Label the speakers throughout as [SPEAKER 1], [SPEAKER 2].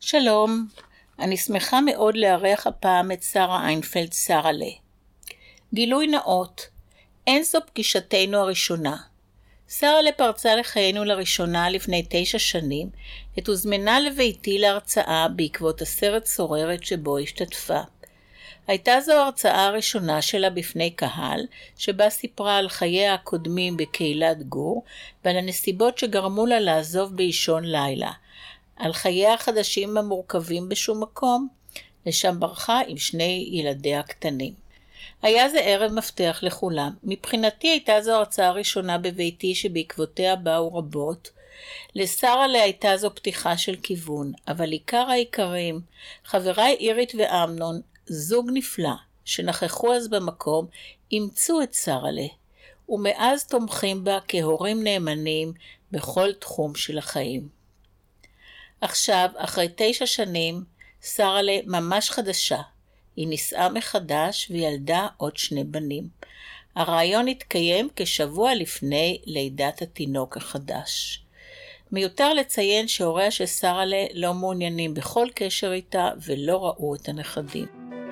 [SPEAKER 1] שלום, אני שמחה מאוד לארח הפעם את שרה איינפלד שרה'לה. גילוי נאות, אין זו פגישתנו הראשונה. שרה'לה פרצה לחיינו לראשונה לפני 9 שנים, עת הוזמנה לביתי להרצאה בעקבות הסרט סוררת שבו השתתפה. הייתה זו ההרצאה הראשונה שלה בפני קהל, שבה סיפרה על חייה הקודמים בקהילת גור, ועל הנסיבות שגרמו לה לעזוב באישון לילה. על חייה החדשים המורכבים בשום מקום, לשם ברחה עם 2 ילדיה הקטנים. היה זה ערב מפתח לכולם. מבחינתי הייתה זו הרצאה ראשונה בביתי שבעקבותיה באו רבות. לשרה'לה הייתה זו פתיחה של כיוון, אבל עיקר העיקרים, חבריי אירית ואמנון, זוג נפלא, שנכחו אז במקום, אימצו את שרה'לה, ומאז תומכים בה כהורים נאמנים בכל תחום של החיים. עכשיו, אחרי 9 שנים, שרה'לה ממש חדשה. היא נישאה מחדש וילדה עוד 2 בנים. הרעיון התקיים כשבוע לפני לידת התינוק החדש. מיותר לציין שהוריה של שרה'לה לא מעוניינים בכל קשר איתה ולא ראו את הנכדים.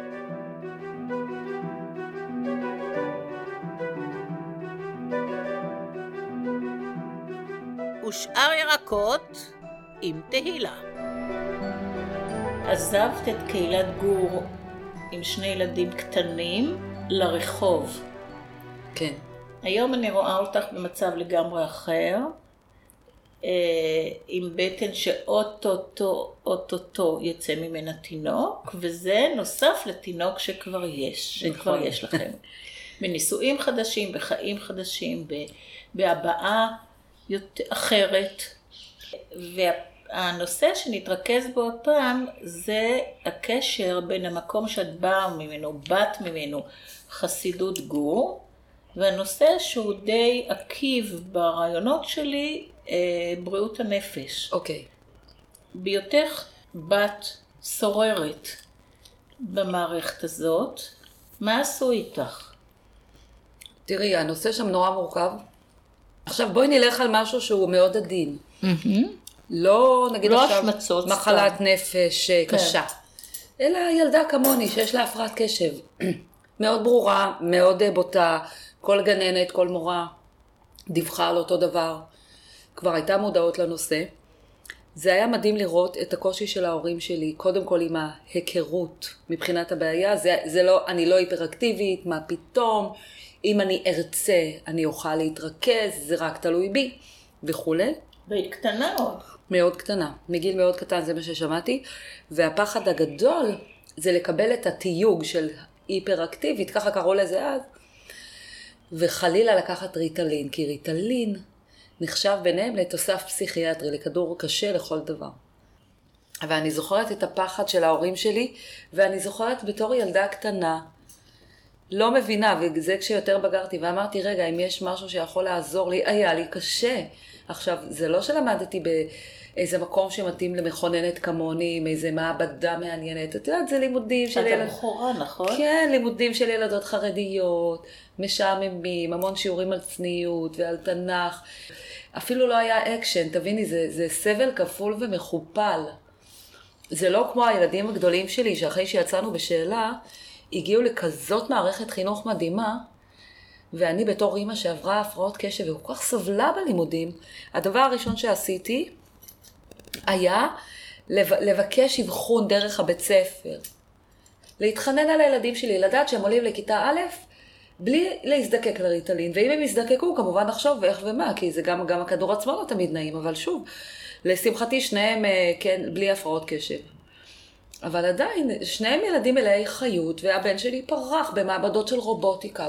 [SPEAKER 1] ושאר ירקות עם תהילה. עזבת את קהילת גור עם 2 ילדים קטנים לרחוב.
[SPEAKER 2] כן.
[SPEAKER 1] היום אני רואה אותך במצב לגמרי אחר, עם בטן שאוטוטו יצא ממנה תינוק, וזה נוסף לתינוק שכבר יש לכם. בנישואים חדשים, בחיים חדשים, בהבעה אחרת. והנושא שנתרכז בו הפעם זה הקשר בין המקום שאת באה ממנו, בת ממנו, חסידות גור, והנושא שהוא די עקיב ברעיונות שלי, בריאות הנפש.
[SPEAKER 2] אוקיי.
[SPEAKER 1] בהיותך בת סוררת במערכת הזאת, מה עשו איתך?
[SPEAKER 2] תראי, הנושא שם נורא מורכב. עכשיו בואי נלך על משהו שהוא מאוד עדין. לא נגיד
[SPEAKER 1] לא
[SPEAKER 2] עכשיו
[SPEAKER 1] השמצות,
[SPEAKER 2] מחלת נפש קשה. אלא ילדה כמוני שיש לה הפרעת קשב. מאוד ברורה, מאוד בוטה. כל גננת, כל מורה דיווחה על אותו דבר. כבר הייתה מודעות לנושא. זה היה מדהים לראות את הקושי של ההורים שלי, קודם כל עם ההיכרות מבחינת הבעיה. זה לא, אני לא היפראקטיבית, מה פתאום, אם אני ארצה, אני אוכל להתרכז, זה רק תלוי בי, וכו'.
[SPEAKER 1] והיא קטנה עוד.
[SPEAKER 2] מאוד קטנה, מגיל מאוד קטן, זה מה ששמעתי. והפחד הגדול זה לקבל את התיוג של היפראקטיבית, ככה קראו לזה אז, וחלילה לקחת ריטלין, כי ריטלין נחשב ביניהם לתוסף פסיכיאטרי, לכדור קשה לכל דבר. אבל אני זוכרת את הפחד של ההורים שלי, ואני זוכרת בתור ילדה קטנה, לא מבינה, וזה כשיותר בגרתי, ואמרתי, רגע, אם יש משהו שיכול לעזור לי, היה לי קשה. עכשיו, זה לא שלמדתי באיזה מקום שמתאים למכוננת כמוני, עם איזה מעבדה מעניינת. את יודעת, זה לימודים של
[SPEAKER 1] ילד... אתה בחורה, נכון?
[SPEAKER 2] כן, לימודים של ילדות חרדיות, משעממים, המון שיעורים על צניעות ועל תנ"ך. אפילו לא היה אקשן, תביני, זה סבל כפול ומכופל. זה לא כמו הילדים הגדולים שלי, שאחרי שיצאנו בשאלה, הגיעו לכזאת מערכת חינוך מדהימה, ואני בתור אמא שעברה הפרעות קשב וכל כך סבלה בלימודים, הדבר הראשון שעשיתי היה לבקש אבחון דרך הבית ספר. להתחנן על הילדים שלי, לדעת שהם עולים לכיתה א', בלי להזדקק לריטלין, ואם הם יזדקקו, כמובן נחשוב איך ומה, כי זה גם הכדור עצמו לא תמיד נעים, אבל שוב, לשמחתי שניהם, כן, בלי הפרעות קשב. אבל עדיין, שניהם ילדים מלאי חיות, והבן שלי פרח במעבדות של רובוטיקה,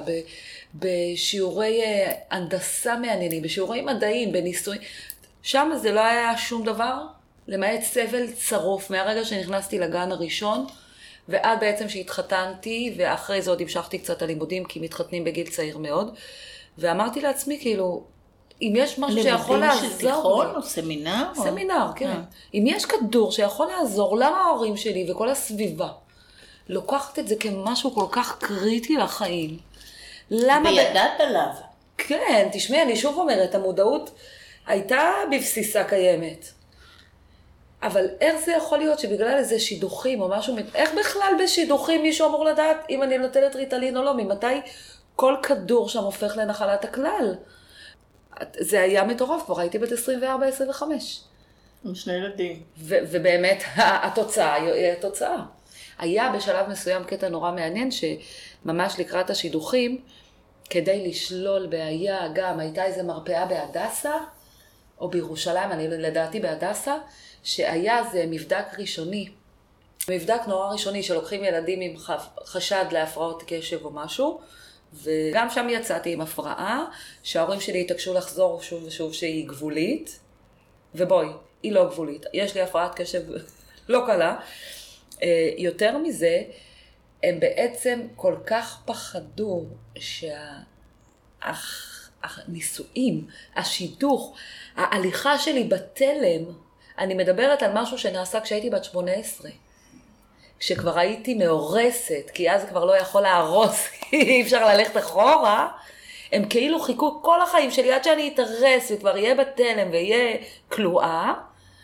[SPEAKER 2] בשיעורי הנדסה מעניינים, בשיעורי מדעים, בניסויים. שם זה לא היה שום דבר, למעט סבל צרוף, מהרגע שנכנסתי לגן הראשון, ועד בעצם שהתחתנתי, ואחרי זה עוד המשכתי קצת הלימודים, כי מתחתנים בגיל צעיר מאוד, ואמרתי לעצמי, כאילו, אם יש משהו שיכול לעזור...
[SPEAKER 1] לימודים של תיכון או סמינר?
[SPEAKER 2] סמינר, כן. אם יש כדור שיכול לעזור, למה ההורים שלי וכל הסביבה לוקחת את זה כמשהו כל כך קריטי לחיים?
[SPEAKER 1] וידעת עליו.
[SPEAKER 2] כן, תשמעי, אני שוב אומרת, המודעות הייתה בבסיסה קיימת. אבל איך זה יכול להיות שבגלל איזה שידוכים או משהו, איך בכלל בשידוכים מישהו אמור לדעת אם אני נוטלת ריטלין או לא? ממתי כל כדור שם הופך לנחלת הכלל? זה היה מטורף, כבר הייתי בת 24-25.
[SPEAKER 1] עם 2 ילדים.
[SPEAKER 2] ובאמת התוצאה היא התוצאה. היה בשלב מסוים קטע נורא מעניין שממש לקראת השידוכים, כדי לשלול בעיה גם, הייתה איזו מרפאה בהדסה, או בירושלים, אני לדעתי בהדסה, שהיה זה מבדק ראשוני. מבדק נורא ראשוני שלוקחים ילדים עם חשד להפרעות קשב או משהו, וגם שם יצאתי עם הפרעה, שההורים שלי התעקשו לחזור שוב ושוב שהיא גבולית, ובואי, היא לא גבולית, יש לי הפרעת קשב לא קלה. יותר מזה, הם בעצם כל כך פחדו שהניסויים, השידוך, ההליכה שלי בתלם, אני מדברת על משהו שנעשה כשהייתי בת 18. כשכבר הייתי מאורסת, כי אז כבר לא יכול להרוס, אי אפשר ללכת אחורה, הם כאילו חיכו כל החיים שלי עד שאני אתארס וכבר יהיה בתלם ויהיה כלואה,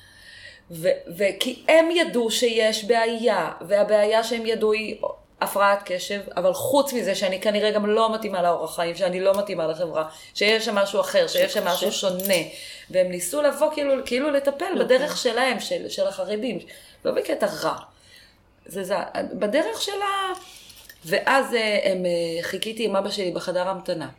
[SPEAKER 2] וכי הם ידעו שיש בעיה, והבעיה שהם ידעו היא הפרעת קשב, אבל חוץ מזה שאני כנראה גם לא מתאימה לאורח חיים, שאני לא מתאימה לחברה, שיש שם משהו אחר, שיש שם משהו שונה, והם ניסו לבוא כאילו לטפל בדרך שלהם, של החרדים, לא בקטע רע. זה בדרך שלה, ואז חיכיתי עם אבא שלי בחדר המתנה,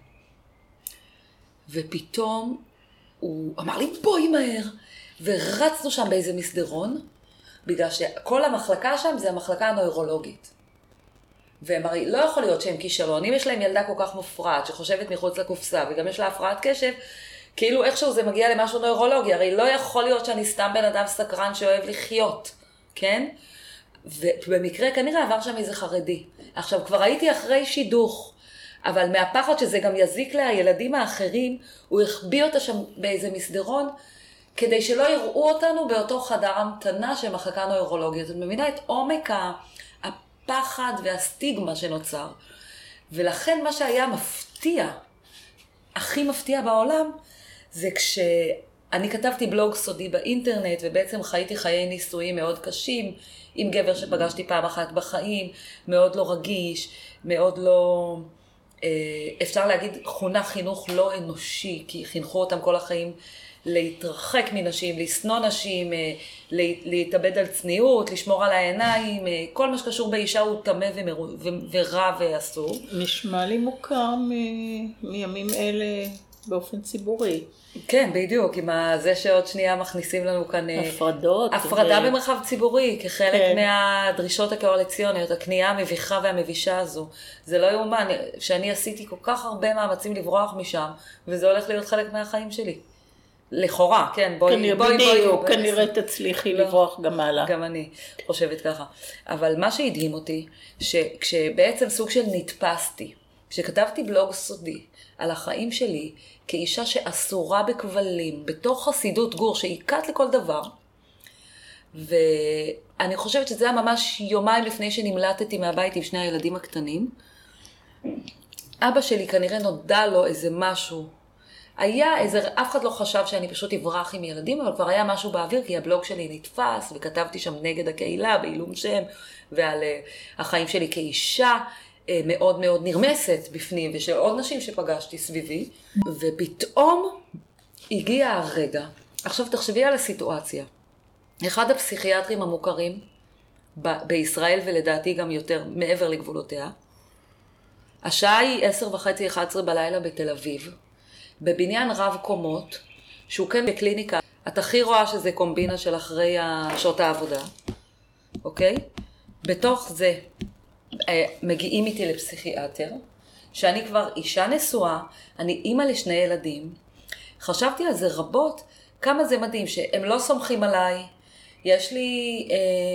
[SPEAKER 2] ופתאום הוא אמר לי בואי מהר, ורצנו שם באיזה מסדרון, בגלל שכל המחלקה שם זה המחלקה הנוירולוגית. והם הרי לא יכול להיות שהם כישלון, אם יש להם ילדה כל כך מופרעת שחושבת מחוץ לקופסה, וגם יש לה הפרעת קשב, כאילו איכשהו זה מגיע למשהו נוירולוגי, הרי לא יכול להיות שאני סתם בן אדם סקרן שאוהב לחיות, כן? ובמקרה כנראה עבר שם איזה חרדי. עכשיו כבר הייתי אחרי שידוך, אבל מהפחד שזה גם יזיק לילדים האחרים, הוא החביא אותה שם באיזה מסדרון, כדי שלא יראו אותנו באותו חדר המתנה של מחלקה נוירולוגית. את מבינה את עומק הפחד והסטיגמה שנוצר. ולכן מה שהיה מפתיע, הכי מפתיע בעולם, זה כשאני כתבתי בלוג סודי באינטרנט, ובעצם חייתי חיי נישואים מאוד קשים, עם גבר שפגשתי פעם אחת בחיים, מאוד לא רגיש, מאוד לא, אפשר להגיד, חונך חינוך לא אנושי, כי חינכו אותם כל החיים להתרחק מנשים, לשנוא נשים, להתאבד על צניעות, לשמור על העיניים, כל מה שקשור באישה הוא טמא ורע ואסור.
[SPEAKER 1] נשמע לי מוכר מימים אלה באופן ציבורי.
[SPEAKER 2] כן, בדיוק, עם זה שעוד שנייה מכניסים לנו כאן
[SPEAKER 1] הפרדות.
[SPEAKER 2] הפרדה במרחב ציבורי, כחלק מהדרישות הקואליציוניות, הקנייה המביכה והמבישה הזו. זה לא יאומן, שאני עשיתי כל כך הרבה מאמצים לברוח משם, וזה הולך להיות חלק מהחיים שלי. לכאורה, כן, בואי.
[SPEAKER 1] כנראה תצליחי לברוח גם הלאה.
[SPEAKER 2] גם אני חושבת ככה. אבל מה שהדהים אותי, שכשבעצם סוג של נתפסתי, כשכתבתי בלוג סודי על החיים שלי, כאישה שאסורה בכבלים, בתוך חסידות גור, שהיא קט לכל דבר, ואני חושבת שזה היה ממש יומיים לפני שנמלטתי מהבית עם 2 הילדים הקטנים. אבא שלי כנראה נודע לו איזה משהו, אף אחד לא חשב שאני פשוט אברח עם ילדים, אבל כבר היה משהו באוויר, כי הבלוג שלי נתפס, וכתבתי שם נגד הקהילה, בעילום שם, ועל החיים שלי כאישה, מאוד מאוד נרמסת בפנים, ושל עוד נשים שפגשתי סביבי, ופתאום הגיע הרגע. עכשיו תחשבי על הסיטואציה. אחד הפסיכיאטרים המוכרים בישראל, ולדעתי גם יותר מעבר לגבולותיה, השעה היא 10:30-11 בלילה בתל אביב, בבניין רב קומות, שהוא כן בקליניקה, את הכי רואה שזה קומבינה של אחרי שעות העבודה, אוקיי? בתוך זה מגיעים איתי לפסיכיאטר, שאני כבר אישה נשואה, אני אימא ל2 ילדים, חשבתי על זה רבות, כמה זה מדהים שהם לא סומכים עליי, יש לי,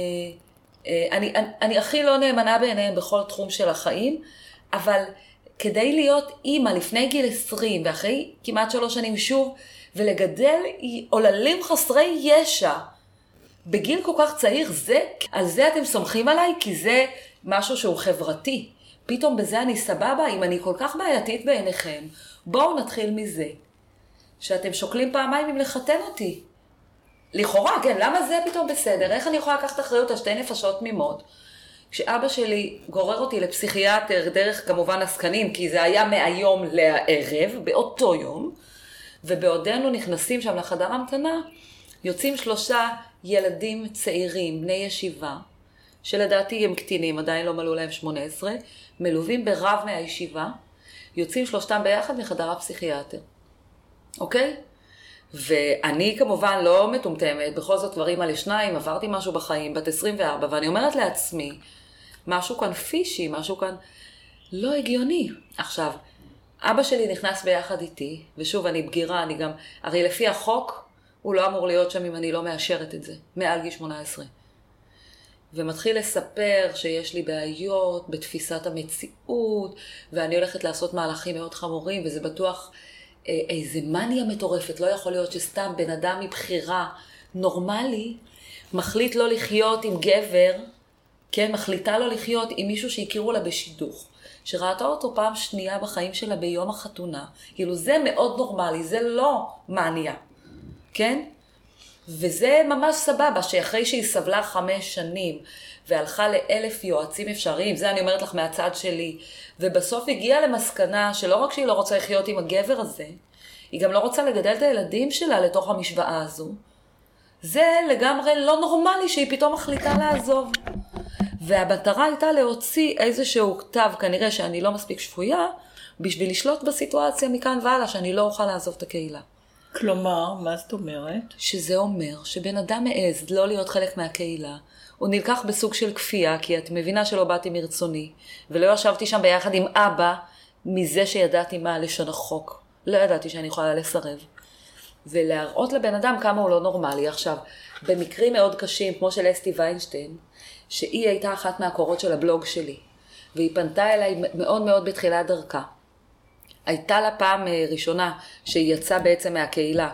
[SPEAKER 2] אני הכי לא נאמנה בעיניהם בכל תחום של החיים, אבל כדי להיות אימא לפני גיל 20 ואחרי כמעט 3 שנים שוב, ולגדל עוללים חסרי ישע בגיל כל כך צעיר, על זה אתם סומכים עליי, כי זה משהו שהוא חברתי. פתאום בזה אני סבבה, אם אני כל כך בעייתית בעיניכם, בואו נתחיל מזה, שאתם שוקלים פעמיים אם לחתן אותי. לכאורה, כן, למה זה פתאום בסדר? איך אני יכולה לקחת אחריות על שתי נפשות תמימות? כשאבא שלי גורר אותי לפסיכיאטר דרך כמובן עסקנים, כי זה היה מהיום לערב, באותו יום, ובעודנו נכנסים שם לחדר המתנה, יוצאים 3 ילדים צעירים, בני ישיבה, שלדעתי הם קטינים, עדיין לא מלאו להם 18, מלווים ברב מהישיבה, יוצאים 3 ביחד מחדר הפסיכיאטר. אוקיי? ואני כמובן לא מטומטמת, בכל זאת דברים על 2, עברתי משהו בחיים, בת 24, ואני אומרת לעצמי, משהו כאן פישי, משהו כאן לא הגיוני. עכשיו, אבא שלי נכנס ביחד איתי, ושוב, אני בגירה, אני גם, הרי לפי החוק, הוא לא אמור להיות שם אם אני לא מאשרת את זה, מעל גיל 18. ומתחיל לספר שיש לי בעיות בתפיסת המציאות, ואני הולכת לעשות מהלכים מאוד חמורים, וזה בטוח איזה מניה מטורפת. לא יכול להיות שסתם בן אדם מבחירה נורמלי, מחליט לא לחיות עם גבר, כן, מחליטה לא לחיות עם מישהו שהכירו לה בשידוך, שראתה אותו פעם שנייה בחיים שלה ביום החתונה. כאילו זה מאוד נורמלי, זה לא מניה, כן? וזה ממש סבבה, שאחרי שהיא סבלה 5 שנים, והלכה ל1000 יועצים אפשריים, זה אני אומרת לך מהצד שלי, ובסוף הגיעה למסקנה שלא רק שהיא לא רוצה לחיות עם הגבר הזה, היא גם לא רוצה לגדל את הילדים שלה לתוך המשוואה הזו. זה לגמרי לא נורמלי שהיא פתאום מחליטה לעזוב. והמטרה הייתה להוציא איזשהו כתב, כנראה שאני לא מספיק שפויה, בשביל לשלוט בסיטואציה מכאן והלאה, שאני לא אוכל לעזוב את הקהילה.
[SPEAKER 1] כלומר, מה זאת אומרת?
[SPEAKER 2] שזה אומר שבן אדם מעז לא להיות חלק מהקהילה, הוא נלקח בסוג של כפייה, כי את מבינה שלא באתי מרצוני, ולא ישבתי שם ביחד עם אבא, מזה שידעתי מה לשון החוק. לא ידעתי שאני יכולה לסרב. ולהראות לבן אדם כמה הוא לא נורמלי. עכשיו, במקרים מאוד קשים, כמו של אסתי ויינשטיין, שהיא הייתה אחת מהקורות של הבלוג שלי, והיא פנתה אליי מאוד מאוד בתחילת דרכה. הייתה לה פעם ראשונה שהיא יצאה בעצם מהקהילה,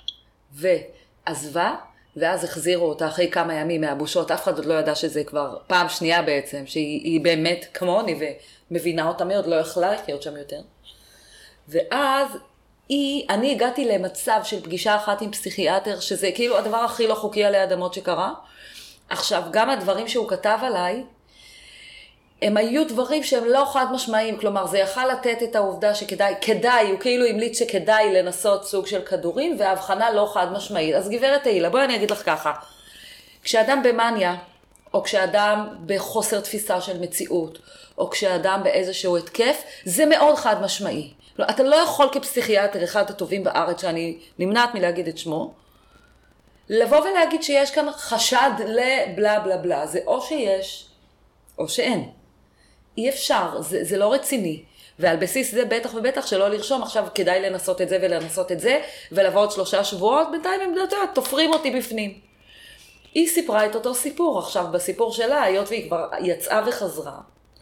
[SPEAKER 2] ועזבה, ואז החזירו אותה אחרי כמה ימים מהבושות. אף אחד עוד לא ידע שזה כבר פעם שנייה בעצם, שהיא באמת כמוני ומבינה אותה מאוד, לא יכלה לחיות שם יותר. ואז אני הגעתי למצב של פגישה אחת עם פסיכיאטר, שזה כאילו הדבר הכי לא חוקי עלי אדמות שקרה. עכשיו, גם הדברים שהוא כתב עליי, הם היו דברים שהם לא חד משמעיים, כלומר זה יכל לתת את העובדה שכדאי, הוא כאילו המליץ שכדאי לנסות סוג של כדורים, וההבחנה לא חד משמעית. אז גברת תהילה, בואי אני אגיד לך ככה, כשאדם במניה, או כשאדם בחוסר תפיסה של מציאות, או כשאדם באיזשהו התקף, זה מאוד חד משמעי. אתה לא יכול כפסיכיאטר, אחד הטובים בארץ, שאני נמנעת מלהגיד את שמו, לבוא ולהגיד שיש כאן חשד לבלה בלה בלה, זה או שיש, או שאין. אי אפשר, זה לא רציני. ועל בסיס זה בטח ובטח שלא לרשום, עכשיו כדאי לנסות את זה ולנסות את זה, ולבוא עוד 3 שבועות, בינתיים הם תופרים אותי בפנים. היא סיפרה את אותו סיפור, עכשיו בסיפור שלה, היות והיא כבר יצאה וחזרה,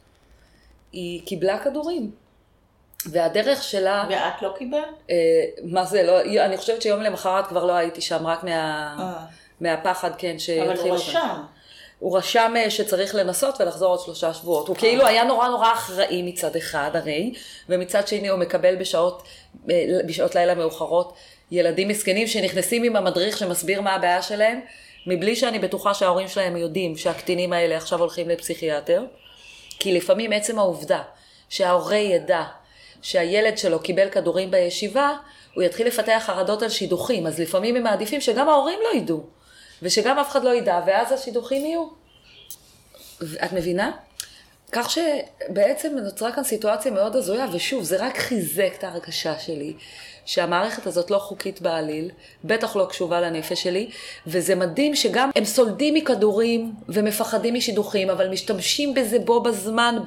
[SPEAKER 2] היא קיבלה כדורים. והדרך שלה...
[SPEAKER 1] ואת לא קיבלת?
[SPEAKER 2] מה זה, לא, אני חושבת שיום למחרת כבר לא הייתי שם, רק מהפחד, כן,
[SPEAKER 1] אבל הוא רשם.
[SPEAKER 2] הוא רשם שצריך לנסות ולחזור עוד 3 שבועות. הוא כאילו היה נורא נורא אחראי מצד אחד הרי, ומצד שני הוא מקבל בשעות לילה מאוחרות ילדים מסכנים שנכנסים עם המדריך שמסביר מה הבעיה שלהם, מבלי שאני בטוחה שההורים שלהם יודעים שהקטינים האלה עכשיו הולכים לפסיכיאטר, כי לפעמים עצם העובדה שההורה ידע שהילד שלו קיבל כדורים בישיבה, הוא יתחיל לפתח חרדות על שידוכים, אז לפעמים הם מעדיפים שגם ההורים לא ידעו, ושגם אף אחד לא ידע, ואז השידוכים יהיו. את מבינה? כך שבעצם נוצרה כאן סיטואציה מאוד הזויה, ושוב, זה רק חיזק את ההרגשה שלי, שהמערכת הזאת לא חוקית בעליל, בטח לא קשובה לנפש שלי, וזה מדהים שגם הם סולדים מכדורים ומפחדים משידוכים, אבל משתמשים בזה בו בזמן,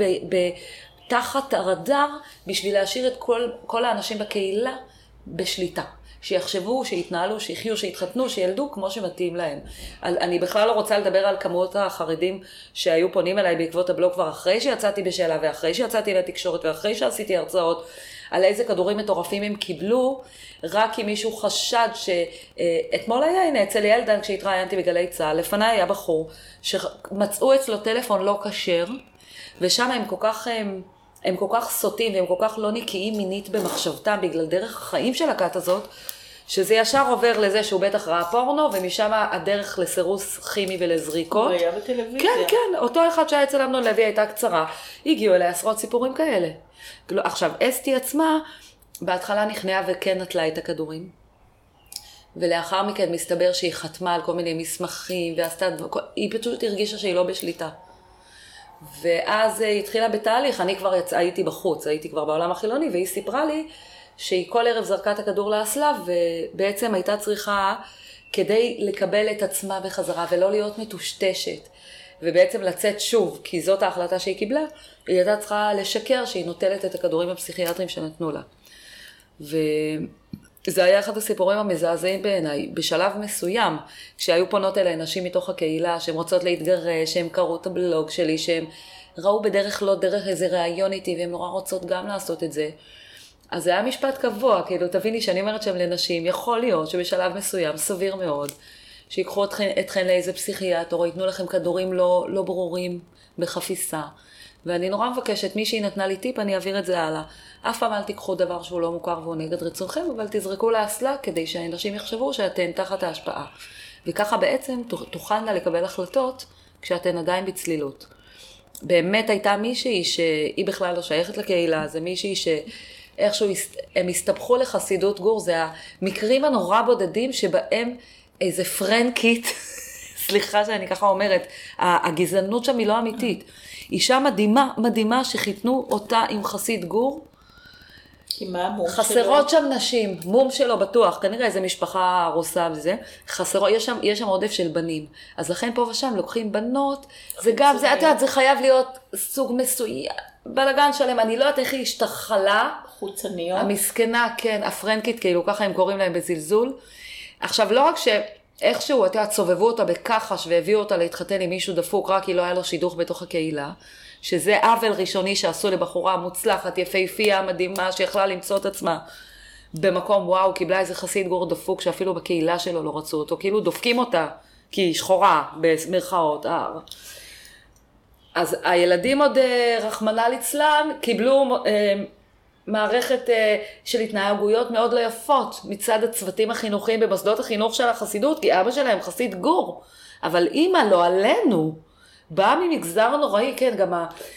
[SPEAKER 2] תחת הרדאר, בשביל להשאיר את כל האנשים בקהילה בשליטה. שיחשבו, שיתנהלו, שיחיו, שיתחתנו, שילדו כמו שמתאים להם. אני בכלל לא רוצה לדבר על כמות החרדים שהיו פונים אליי בעקבות הבלוג כבר אחרי שיצאתי בשאלה, ואחרי שיצאתי לתקשורת, ואחרי שעשיתי הרצאות, על איזה כדורים מטורפים הם קיבלו, רק אם מישהו חשד שאתמול היה, הנה, אצל ילדן כשהתראיינתי בגלי צהל, לפני היה בחור שמצאו אצלו טלפון לא כשר, ושם הם כל כך סוטים והם כל כך לא נקיים מינית במחשבתם בגלל דרך החיים של הכת הזאת, שזה ישר עובר לזה שהוא בטח ראה פורנו, ומשם הדרך לסירוס כימי ולזריקות.
[SPEAKER 1] הוא היה בטלוויזיה.
[SPEAKER 2] כן, כן, אותו אחד שהיה אצל אמנון לוי הייתה קצרה. הגיעו אליה עשרות סיפורים כאלה. עכשיו, אסתי עצמה, בהתחלה נכנעה וכן נטלה את הכדורים. ולאחר מכן מסתבר שהיא חתמה על כל מיני מסמכים, היא פשוט הרגישה שהיא לא בשליטה. ואז היא התחילה בתהליך, אני כבר הייתי בחוץ, הייתי כבר בעולם החילוני, והיא סיפרה לי שהיא כל ערב זרקה את הכדור לאסלה, ובעצם הייתה צריכה, כדי לקבל את עצמה בחזרה, ולא להיות מטושטשת, ובעצם לצאת שוב, כי זאת ההחלטה שהיא קיבלה, היא הייתה צריכה לשקר שהיא נוטלת את הכדורים הפסיכיאטריים שנתנו לה. וזה היה אחד הסיפורים המזעזעים בעיניי, בשלב מסוים, כשהיו פונות אליי נשים מתוך הקהילה, שהן רוצות להתגרש, שהן קראו את הבלוג שלי, שהן ראו בדרך לא דרך איזה רעיון איתי, והן נורא רוצות גם לעשות את זה. אז זה היה משפט קבוע, כאילו תביני שאני אומרת שהם לנשים, יכול להיות שבשלב מסוים, סביר מאוד, שיקחו אתכן לאיזה פסיכיאטר, או ייתנו לכם כדורים לא ברורים בחפיסה. ואני נורא מבקשת, מי שהיא נתנה לי טיפ, אני אעביר את זה הלאה. אף פעם אל תיקחו דבר שהוא לא מוכר והוא נגד רצונכם, אבל תזרקו לאסלה כדי שהאנשים יחשבו שאתן תחת ההשפעה. וככה בעצם תוכלנה לקבל החלטות כשאתן עדיין בצלילות. באמת הייתה מישהי שהיא בכלל לא שייכת לקהילה, זה מישהי שאיכשהו הם הסתבכו לחסידות גור, זה המקרים הנורא בודדים שבהם איזה פרנקית, סליחה שאני ככה אומרת, הגזענות שם היא לא אמיתית. אישה מדהימה, מדהימה שחיתנו אותה עם חסיד גור.
[SPEAKER 1] כי מה המום שלו?
[SPEAKER 2] חסרות שם נשים, מום שלו בטוח, כנראה איזה משפחה רוסה וזה. יש שם עודף של בנים. אז לכן פה ושם לוקחים בנות, זה גם, זה, את יודעת, זה חייב להיות סוג מסוים, בלגן שלם, אני לא יודעת איך היא השתחלה.
[SPEAKER 1] חוצניות.
[SPEAKER 2] המסכנה, כן, הפרנקית, כאילו ככה הם קוראים להם בזלזול. עכשיו, לא רק שאיכשהו, את יודעת, סובבו אותה בכחש והביאו אותה להתחתן עם מישהו דפוק, רק כי לא היה לו שידוך בתוך הקהילה, שזה עוול ראשוני שעשו לבחורה מוצלחת, יפהפייה, מדהימה, שיכלה למצוא את עצמה במקום, וואו, קיבלה איזה חסיד גור דפוק, שאפילו בקהילה שלו לא רצו אותו, כאילו דופקים אותה, כי היא שחורה, במרכאות, אז הילדים עוד, רחמנא ליצלן, קיבלו מערכת של התנהגויות מאוד לא יפות מצד הצוותים החינוכיים במוסדות החינוך של החסידות, כי אבא שלהם חסיד גור, אבל אמא לא עלינו, באה ממגזר נוראי, כן, גם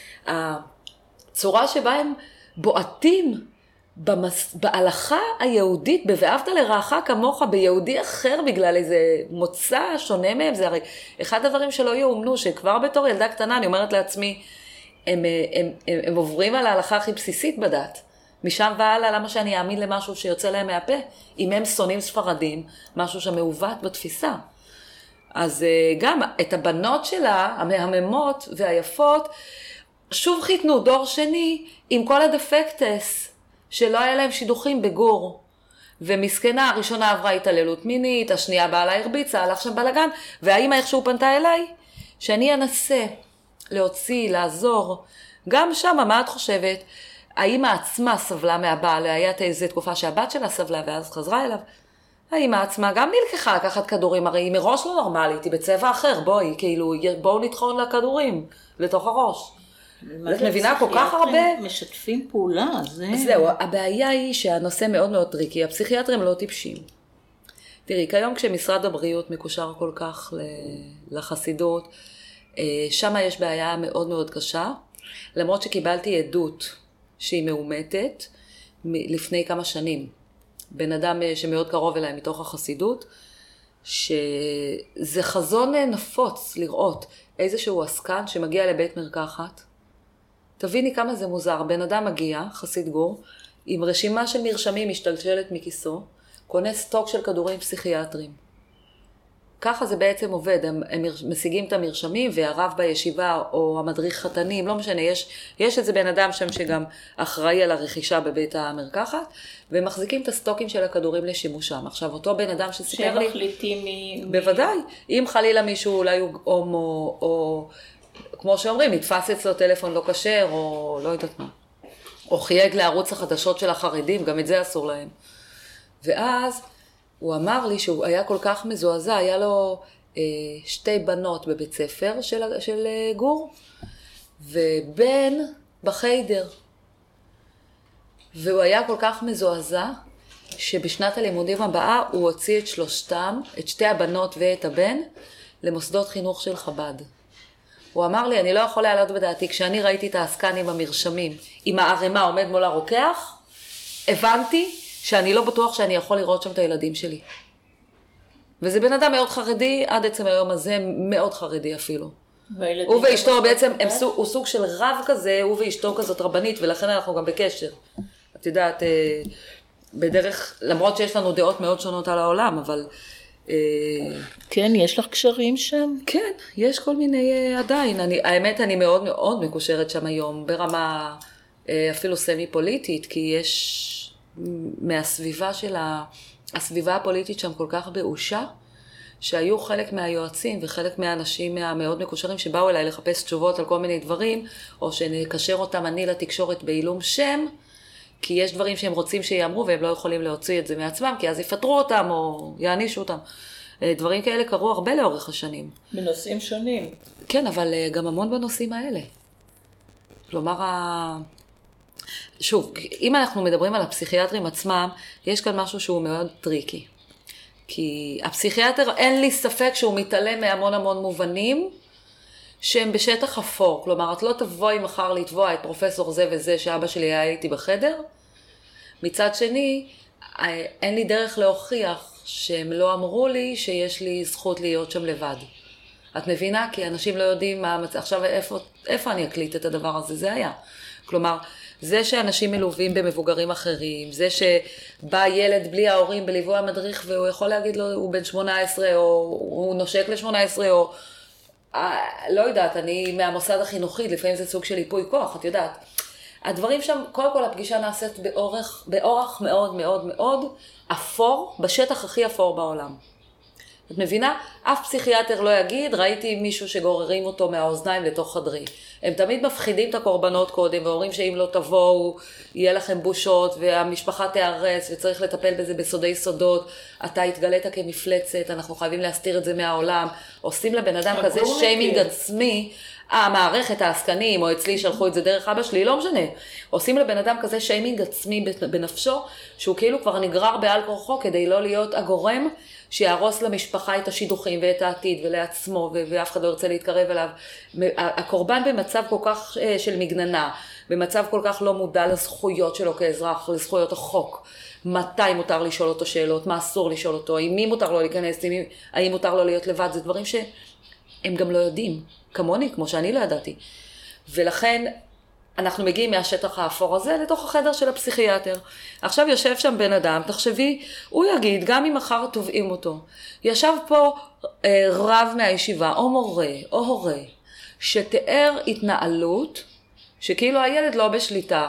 [SPEAKER 2] הצורה שבה הם בועטים בהלכה היהודית, ב"ואהבת לרעך כמוך", ביהודי אחר בגלל איזה מוצא שונה מהם, זה הרי אחד הדברים שלא יאומנו, שכבר בתור ילדה קטנה אני אומרת לעצמי, הם עוברים על ההלכה הכי בסיסית בדת. משם והלאה, למה שאני אאמין למשהו שיוצא להם מהפה? אם הם שונאים ספרדים, משהו שמעוות בתפיסה. אז גם את הבנות שלה, המהממות והיפות, שוב חיתנו דור שני עם כל הדפקטס, שלא היה להם שידוכים בגור. ומסכנה, הראשונה עברה התעללות מינית, השנייה בעלה הרביצה, הלך שם בלגן, והאמא איכשהו פנתה אליי, שאני אנסה להוציא, לעזור. גם שם, מה את חושבת? האמא עצמה סבלה מהבעל, היה איזו תקופה שהבת שלה סבלה ואז חזרה אליו. האמא עצמה גם נלקחה לקחת כדורים, הרי היא מראש לא נורמלית, היא בצבע אחר, בואי, כאילו, בואו נטחון לה כדורים לתוך הראש. את מבינה כל כך הרבה?
[SPEAKER 1] משתפים פעולה, זה...
[SPEAKER 2] זהו, הבעיה היא שהנושא מאוד מאוד טריקי, הפסיכיאטרים לא טיפשים. תראי, כיום כשמשרד הבריאות מקושר כל כך לחסידות, שם יש בעיה מאוד מאוד קשה, למרות שקיבלתי עדות שהיא מאומתת לפני כמה שנים. בן אדם שמאוד קרוב אליי מתוך החסידות, שזה חזון נפוץ לראות איזשהו עסקן שמגיע לבית מרקחת. תביני כמה זה מוזר, בן אדם מגיע, חסיד גור, עם רשימה של מרשמים משתלשלת מכיסו, קונה סטוק של כדורים פסיכיאטריים. ככה זה בעצם עובד, הם משיגים את המרשמים, והרב בישיבה או המדריך חתנים, לא משנה, יש איזה בן אדם שם שגם אחראי על הרכישה בבית המרקחת, והם מחזיקים את הסטוקים של הכדורים לשימושם. עכשיו, אותו בן אדם שסיפר לי...
[SPEAKER 1] שמחליטים
[SPEAKER 2] בוודאי, אם חלילה מישהו אולי הוא הומו, או כמו שאומרים, נתפס אצלו טלפון לא כשר, או לא יודעת מה. או חייג לערוץ החדשות של החרדים, גם את זה אסור להם. ואז... הוא אמר לי שהוא היה כל כך מזועזע, היה לו שתי בנות בבית ספר של גור, ובן בחיידר. והוא היה כל כך מזועזע, שבשנת הלימודים הבאה הוא הוציא את שלושתם, את שתי הבנות ואת הבן, למוסדות חינוך של חב"ד. הוא אמר לי, אני לא יכול להעלות בדעתי, כשאני ראיתי את העסקנים המרשמים, עם הערימה עומד מול הרוקח, הבנתי שאני לא בטוח שאני יכול לראות שם את הילדים שלי. וזה בן אדם מאוד חרדי, עד עצם היום הזה מאוד חרדי אפילו. הוא ואשתו בעצם, הוא סוג של רב כזה, הוא ואשתו כזאת רבנית, ולכן אנחנו גם בקשר. את יודעת, בדרך, למרות שיש לנו דעות מאוד שונות על העולם, אבל...
[SPEAKER 1] כן, יש לך קשרים שם?
[SPEAKER 2] כן, יש כל מיני עדיין. האמת, אני מאוד מאוד מקושרת שם היום, ברמה אפילו סמי פוליטית, כי יש מהסביבה של הסביבה הפוליטית שם כל כך באושה, שהיו חלק מהיועצים וחלק מהאנשים המאוד מקושרים שבאו אליי לחפש תשובות על כל מיני דברים, או שנקשר אותם אני לתקשורת בעילום שם, כי יש דברים שהם רוצים שיאמרו והם לא יכולים להוציא את זה מעצמם, כי אז יפטרו אותם או יענישו אותם. דברים כאלה קרו הרבה לאורך השנים.
[SPEAKER 1] בנושאים שונים.
[SPEAKER 2] כן, אבל גם המון בנושאים האלה. כלומר, שוב, אם אנחנו מדברים על הפסיכיאטרים עצמם, יש כאן משהו שהוא מאוד טריקי. כי הפסיכיאטר, אין לי ספק שהוא מתעלם מהמון המון מובנים, שהם בשטח אפור. כלומר, את לא תבואי מחר לתבוע את פרופסור זה וזה שאבא שלי היה איתי בחדר. מצד שני, אין לי דרך להוכיח שהם לא אמרו לי שיש לי זכות להיות שם לבד. את מבינה? כי אנשים לא יודעים מה המצב. עכשיו, איפה אני אקליט את הדבר הזה? זה היה. כלומר, זה שאנשים מלווים במבוגרים אחרים, זה שבא ילד בלי ההורים בליווי המדריך והוא יכול להגיד לו, הוא בן 18 או הוא נושק ל-18 או... לא יודעת, אני מהמוסד החינוכי, לפעמים זה סוג של איפוי כוח, את יודעת. הדברים שם, קודם כל הפגישה נעשית באורח מאוד מאוד מאוד אפור, בשטח הכי אפור בעולם. את מבינה? אף פסיכיאטר לא יגיד, ראיתי מישהו שגוררים אותו מהאוזניים לתוך חדרי. הם תמיד מפחידים את הקורבנות קודם, ואומרים שאם לא תבואו, יהיה לכם בושות, והמשפחה תיארס, וצריך לטפל בזה בסודי סודות. אתה התגלית כמפלצת, אנחנו חייבים להסתיר את זה מהעולם. עושים לבן אדם כזה שיימינג עצמי, המערכת, העסקנים, או אצלי שלחו את זה דרך אבא שלי, לא משנה. עושים לבן אדם כזה שיימינג עצמי בנפשו, שהוא כאילו כבר נגרר בעל כורחו, כדי לא להיות הגורם שיהרוס למשפחה את השידוכים ואת העתיד ולעצמו, ואף אחד לא ירצה להתקרב אליו. הקורבן במצב כל כך של מגננה, במצב כל כך לא מודע לזכויות שלו כאזרח, לזכויות החוק. מתי מותר לשאול אותו שאלות, מה אסור לשאול אותו, עם מי מותר לו להיכנס, האם מותר לו להיות לבד, זה דברים שהם גם לא יודעים, כמוני, כמו שאני לא ידעתי. ולכן אנחנו מגיעים מהשטח האפור הזה לתוך החדר של הפסיכיאטר. עכשיו יושב שם בן אדם, תחשבי, הוא יגיד, גם אם מחר תובעים אותו, ישב פה רב מהישיבה, או מורה, או הורה, שתיאר התנהלות, שכאילו הילד לא בשליטה.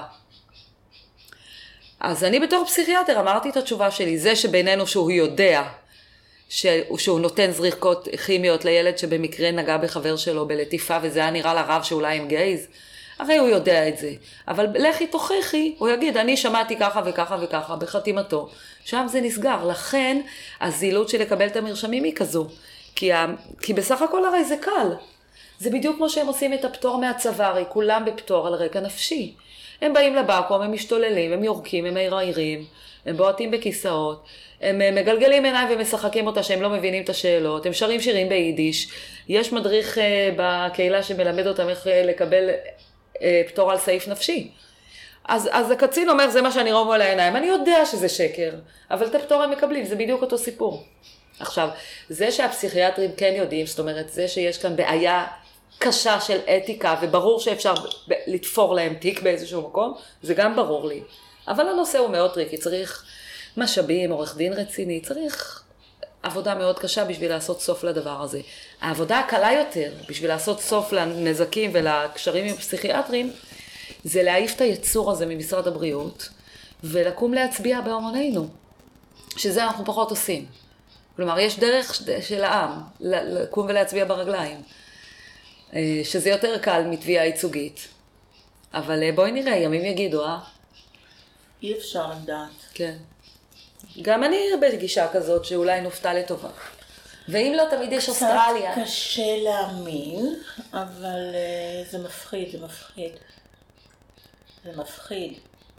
[SPEAKER 2] אז אני בתור פסיכיאטר אמרתי את התשובה שלי, זה שבינינו שהוא יודע, שהוא נותן זריקות כימיות לילד שבמקרה נגע בחבר שלו בלטיפה, וזה היה נראה לרב שאולי הם גייז, הרי הוא יודע את זה. אבל לכי תוכיחי, הוא יגיד, אני שמעתי ככה וככה וככה בחתימתו. שם זה נסגר. לכן הזילות של לקבל את המרשמים היא כזו. כי בסך הכל הרי זה קל. זה בדיוק כמו שהם עושים את הפטור מהצבא, הרי כולם בפטור על רקע נפשי. הם באים לבקום, הם משתוללים, הם יורקים, הם מעירים, הם בועטים בכיסאות, הם מגלגלים עיניים ומשחקים אותה שהם לא מבינים את השאלות, הם שרים שירים ביידיש. יש מדריך בקהילה שמלמד אותם איך לקבל פטור על סעיף נפשי. אז הקצין אומר, זה מה שאני רואה מול העיניים, אני יודע שזה שקר, אבל את הפטור הם מקבלים, זה בדיוק אותו סיפור. עכשיו, זה שהפסיכיאטרים כן יודעים, זאת אומרת, זה שיש כאן בעיה קשה של אתיקה, וברור שאפשר לתפור להם תיק באיזשהו מקום, זה גם ברור לי. אבל הנושא הוא מאוד טריקי, צריך משאבים, עורך דין רציני, צריך עבודה מאוד קשה בשביל לעשות סוף לדבר הזה. העבודה הקלה יותר, בשביל לעשות סוף לנזקים ולקשרים עם הפסיכיאטרים, זה להעיף את היצור הזה ממשרד הבריאות, ולקום להצביע בהמונינו, שזה אנחנו פחות עושים. כלומר, יש דרך של העם, לקום ולהצביע ברגליים, שזה יותר קל מתביעה ייצוגית. אבל בואי נראה, ימים יגידו,
[SPEAKER 1] אי אפשר לדעת.
[SPEAKER 2] כן. גם אני בגישה כזאת שאולי נופתע לטובה. ואם לא, תמיד יש אוסטרליה.
[SPEAKER 1] קצת קשה להאמין, אבל זה מפחיד, זה מפחיד. זה מפחיד.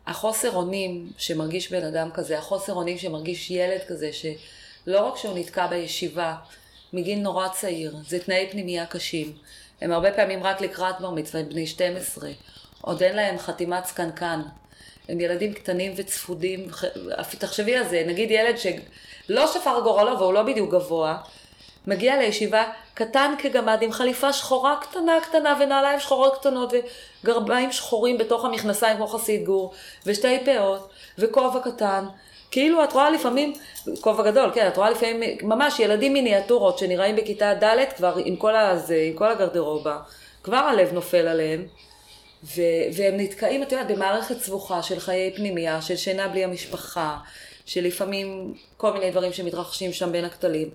[SPEAKER 2] החוסר אונים שמרגיש בן אדם כזה, החוסר אונים שמרגיש ילד כזה, שלא רק שהוא נתקע בישיבה, מגיל נורא צעיר, זה תנאי פנימייה קשים. הם הרבה פעמים רק לקראת בר מצווה, בני 12, עוד אין להם חתימת קנקן. הם ילדים קטנים וצפודים, תחשבי על זה, נגיד ילד שלא שפר גורלו והוא לא בדיוק גבוה, מגיע לישיבה קטן כגמד עם חליפה שחורה קטנה ונעליים שחורות קטנות וגרביים שחורים בתוך המכנסיים כמו חסיד גור ושתי פאות וכובע קטן. כאילו את רואה לפעמים, כובע גדול, כן, את רואה לפעמים ממש ילדים מיניאטורות שנראים בכיתה ד' כבר עם כל הגרדרובה, כבר הלב נופל עליהם. והם נתקעים, את יודעת, במערכת סבוכה של חיי פנימיה, של שינה בלי המשפחה, של לפעמים כל מיני דברים שמתרחשים שם בין הכתלים.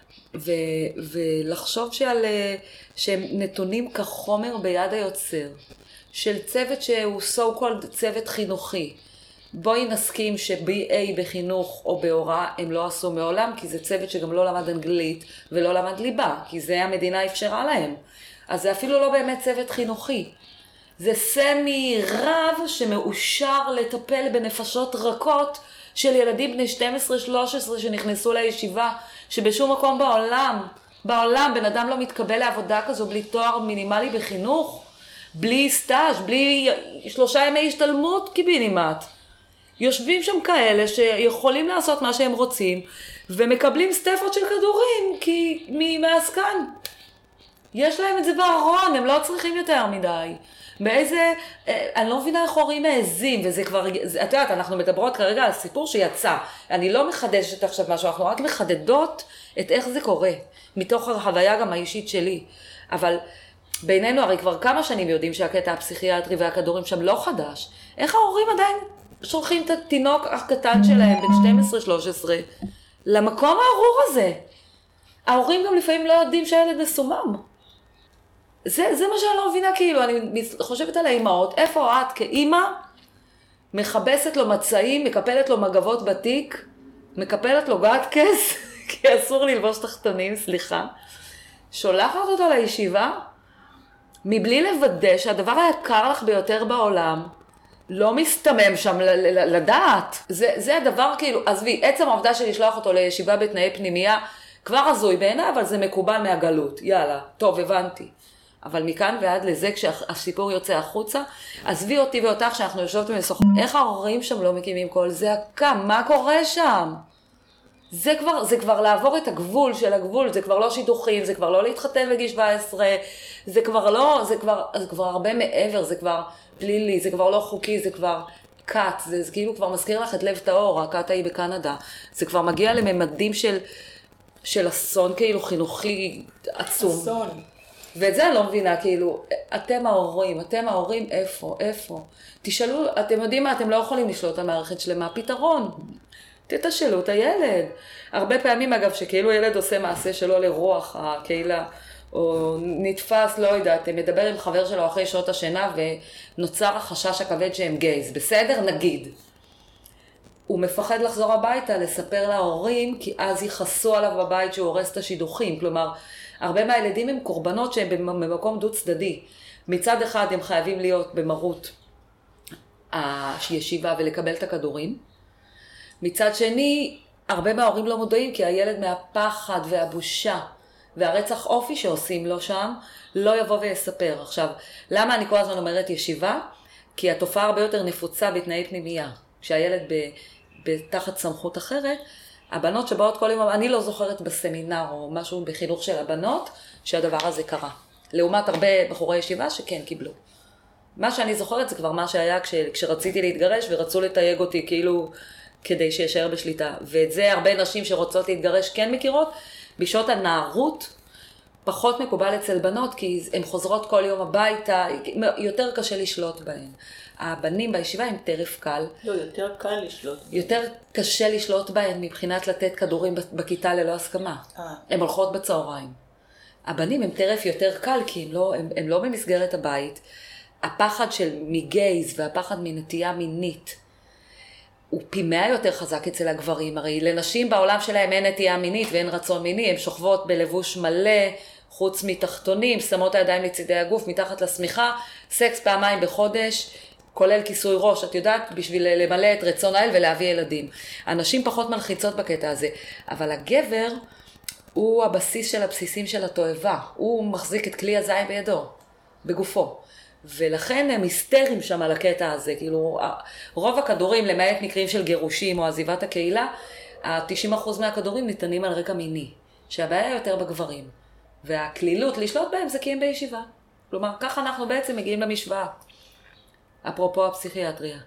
[SPEAKER 2] ולחשוב שהם נתונים כחומר ביד היוצר, של צוות שהוא so called צוות חינוכי. בואי נסכים ש-BA בחינוך או בהוראה הם לא עשו מעולם, כי זה צוות שגם לא למד אנגלית ולא למד ליבה, כי זה המדינה אפשרה להם. אז זה אפילו לא באמת צוות חינוכי. זה סמי רב שמאושר לטפל בנפשות רכות של ילדים בני 12-13 שנכנסו לישיבה, שבשום מקום בעולם בן אדם לא מתקבל לעבודה כזו בלי תואר מינימלי בחינוך, בלי סטאז', בלי 3 ימי השתלמות קיבינימט. יושבים שם כאלה שיכולים לעשות מה שהם רוצים, ומקבלים סטפות של כדורים מהעסקן. יש להם את זה בארון, הם לא צריכים יותר מדי. אני לא מבינה איך הורים מעזים, וזה כבר, את יודעת, אנחנו מדברות כרגע על סיפור שיצא. אני לא מחדשת עכשיו משהו, אנחנו רק מחדדות את איך זה קורה, מתוך החוויה גם האישית שלי. אבל בינינו הרי כבר כמה שנים יודעים שהקטע הפסיכיאטרי והכדורים שם לא חדש. איך ההורים עדיין שולחים את התינוק הקטן שלהם בין 12-13 למקום הארור הזה? ההורים גם לפעמים לא יודעים שהילד מסומם. זה מה שאני לא מבינה, כאילו, אני חושבת על האימהות, איפה את כאימא מחבסת לו מצעים, מקפלת לו מגבות בתיק, מקפלת לו גטקס, כי אסור ללבוש תחתונים, סליחה, שולחת אותו לישיבה, מבלי לוודא שהדבר היקר לך ביותר בעולם, לא מסתמם שם לדעת. זה הדבר, כאילו, עזבי, עצם העובדה של לשלוח אותו לישיבה בתנאי פנימייה, כבר הזוי בעיניי, אבל זה מקובל מהגלות. יאללה, טוב, הבנתי. אבל מכאן ועד לזה, כשהסיפור יוצא החוצה, עזבי אותי ואותך שאנחנו יושבות ומשוחחות. איך ההורים שם לא מקימים כל זעקה? מה קורה שם? זה כבר לעבור את הגבול של הגבול, זה כבר לא שידוכים, זה כבר לא להתחתן בגיל 17, זה כבר הרבה מעבר, זה כבר פלילי, זה כבר לא חוקי, זה כבר קאט, זה כאילו כבר מזכיר לך את לב טהור, הקאט ההיא בקנדה. זה כבר מגיע לממדים של אסון כאילו חינוכי עצום.
[SPEAKER 1] אסון.
[SPEAKER 2] ואת זה אני לא מבינה, כאילו, אתם ההורים, איפה? תשאלו, אתם יודעים מה, אתם לא יכולים לשלוט על מערכת שלמה, פתרון. תתשאלו את הילד. הרבה פעמים, אגב, שכאילו ילד עושה מעשה שלא לרוח הקהילה, או נתפס, לא יודעת, מדבר עם חבר שלו אחרי שעות השינה, ונוצר החשש הכבד שהם גייז. בסדר? נגיד. הוא מפחד לחזור הביתה, לספר להורים, כי אז יחסו עליו בבית שהוא הורס את השידוכים. כלומר, הרבה מהילדים הם קורבנות שהם במקום דו צדדי. מצד אחד הם חייבים להיות במרות הישיבה ולקבל את הכדורים. מצד שני, הרבה מההורים לא מודעים, כי הילד מהפחד והבושה והרצח אופי שעושים לו שם, לא יבוא ויספר. עכשיו, למה אני כל הזמן אומרת ישיבה? כי התופעה הרבה יותר נפוצה בתנאי פנימייה. כשהילד בתחת סמכות אחרת, הבנות שבאות כל יום, אני לא זוכרת בסמינר או משהו בחינוך של הבנות, שהדבר הזה קרה. לעומת הרבה בחורי ישיבה שכן קיבלו. מה שאני זוכרת זה כבר מה שהיה כשרציתי להתגרש ורצו לתייג אותי כאילו כדי שישאר בשליטה. ואת זה הרבה נשים שרוצות להתגרש כן מכירות. בשעות הנערות פחות מקובל אצל בנות, כי הן חוזרות כל יום הביתה, יותר קשה לשלוט בהן. הבנים בישיבה הם טרף קל.
[SPEAKER 1] לא, יותר קל לשלוט.
[SPEAKER 2] יותר קשה לשלוט בהן מבחינת לתת כדורים בכיתה ללא הסכמה. הן הולכות בצהריים. הבנים הם טרף יותר קל, כי הם לא במסגרת הבית. הפחד של מגייז והפחד מנטייה מינית, הוא פי 100 יותר חזק אצל הגברים. הרי לנשים בעולם שלהם אין נטייה מינית ואין רצון מיני, הן שוכבות בלבוש מלא, חוץ מתחתונים, שמות הידיים לצידי הגוף, מתחת לשמיכה, סקס פעמיים בחודש, כולל כיסוי ראש, את יודעת, בשביל למלא את רצון האל ולהביא ילדים. הנשים פחות מלחיצות בקטע הזה, אבל הגבר הוא הבסיס של הבסיסים של התועבה, הוא מחזיק את כלי הזין בידו, בגופו. ולכן הם היסטריים שם על הקטע הזה, כאילו רוב הכדורים, למעט מקרים של גירושים או עזיבת הקהילה, ה-90% מהכדורים ניתנים על רקע מיני, שהבעיה יותר בגברים. והכלילות לשלוט בהם זה כי הם בישיבה. כלומר, ככה אנחנו בעצם מגיעים למשוואה. אפרופו הפסיכיאטריה.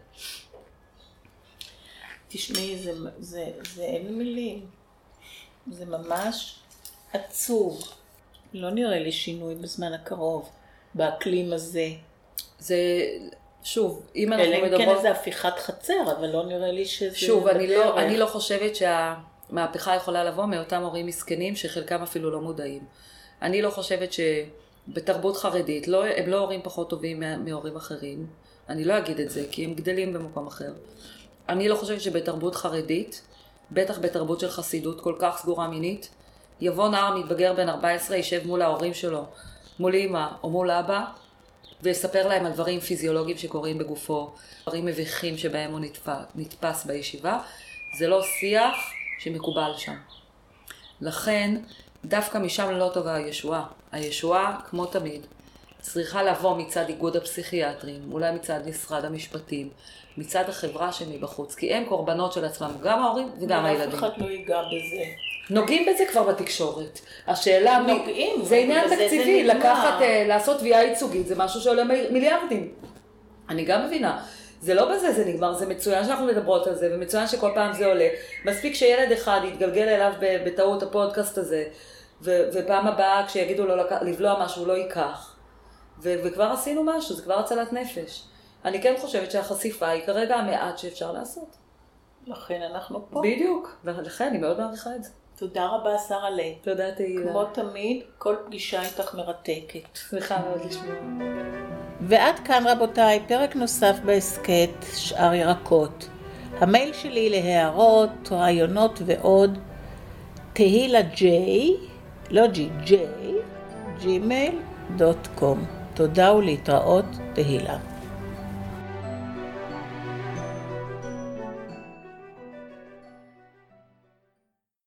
[SPEAKER 1] תשמעי, זה אין מילים. זה ממש עצוב. לא נראה לי שינוי בזמן הקרוב, באקלים הזה.
[SPEAKER 2] זה, שוב, אם אנחנו מדברות...
[SPEAKER 1] אלא אם כן איזה הפיכת חצר, אבל לא נראה לי שזה...
[SPEAKER 2] שוב, אני לא חושבת שהמהפכה יכולה לבוא מאותם הורים מסכנים, שחלקם אפילו לא מודעים. אני לא חושבת שבתרבות חרדית, הם לא הורים פחות טובים מהורים אחרים. אני לא אגיד את זה, כי הם גדלים במקום אחר. אני לא חושבת שבתרבות חרדית, בטח בתרבות של חסידות כל כך סגורה מינית, יבוא נער מתבגר בן 14, יישב מול ההורים שלו, מול אמא או מול אבא, ויספר להם על דברים פיזיולוגיים שקורים בגופו, דברים מביכים שבהם הוא נתפס בישיבה. זה לא שיח שמקובל שם. לכן, דווקא משם לא טובה הישועה. הישועה, כמו תמיד, צריכה לבוא מצד איגוד הפסיכיאטרים, אולי מצד משרד המשפטים, מצד החברה שמבחוץ, כי הם קורבנות של עצמם, גם ההורים וגם הילדים.
[SPEAKER 1] אף אחד לא ייגע בזה.
[SPEAKER 2] נוגעים בזה כבר בתקשורת. השאלה,
[SPEAKER 1] נוגעים,
[SPEAKER 2] זה עניין תקציבי, לקחת, לעשות תביעה ייצוגית, זה משהו שעולה מיליארדים. אני גם מבינה. זה לא בזה, זה נגמר, זה מצוין שאנחנו מדברות על זה, ומצוין שכל פעם זה עולה. מספיק שילד אחד יתגלגל אליו בטעות הפודקאסט הזה, ופעם הבאה כשיגידו לו לבלוע משהו, לא ייקח. וכבר עשינו משהו, זה כבר הצלת נפש. אני כן חושבת שהחשיפה היא כרגע המעט שאפשר לעשות.
[SPEAKER 1] לכן אנחנו פה.
[SPEAKER 2] בדיוק, ולכן אני מאוד מעריכה את זה.
[SPEAKER 1] תודה רבה, שרה לה.
[SPEAKER 2] תודה תהילה.
[SPEAKER 1] כמו תמיד, כל פגישה איתך מרתקת.
[SPEAKER 2] שמחה מאוד לשמוע.
[SPEAKER 1] ועד כאן רבותיי, פרק נוסף בהסקט שאר ירקות. המייל שלי להערות, רעיונות ועוד, תהילה ג'יי, לא ג'יי, gmail.com. תודה ולהתראות, תהילה.